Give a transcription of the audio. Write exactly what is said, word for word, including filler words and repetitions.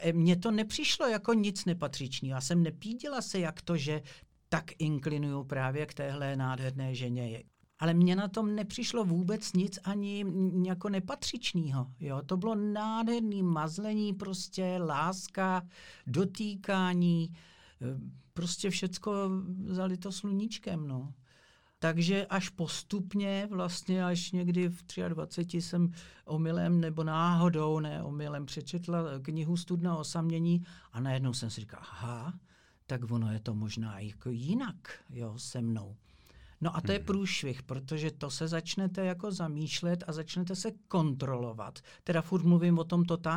Mně to nepřišlo jako nic nepatřičného. Já jsem nepídila se, jak to, že tak inklinuju právě k téhle nádherné ženě. Ale mně na tom nepřišlo vůbec nic ani jako nepatřičného. Jo? To bylo nádherný mazlení, prostě láska, dotýkání, prostě všecko zalito sluníčkem. No. Takže až postupně, vlastně až někdy v dvaceti třech jsem omylem nebo náhodou, ne omylem, přečetla knihu Studna osamění a najednou jsem si říkala, aha, tak ono je to možná jako jinak, jo, se mnou. No a to je průšvih, protože to se začnete jako zamýšlet a začnete se kontrolovat. Teda furt mluvím o tom totálně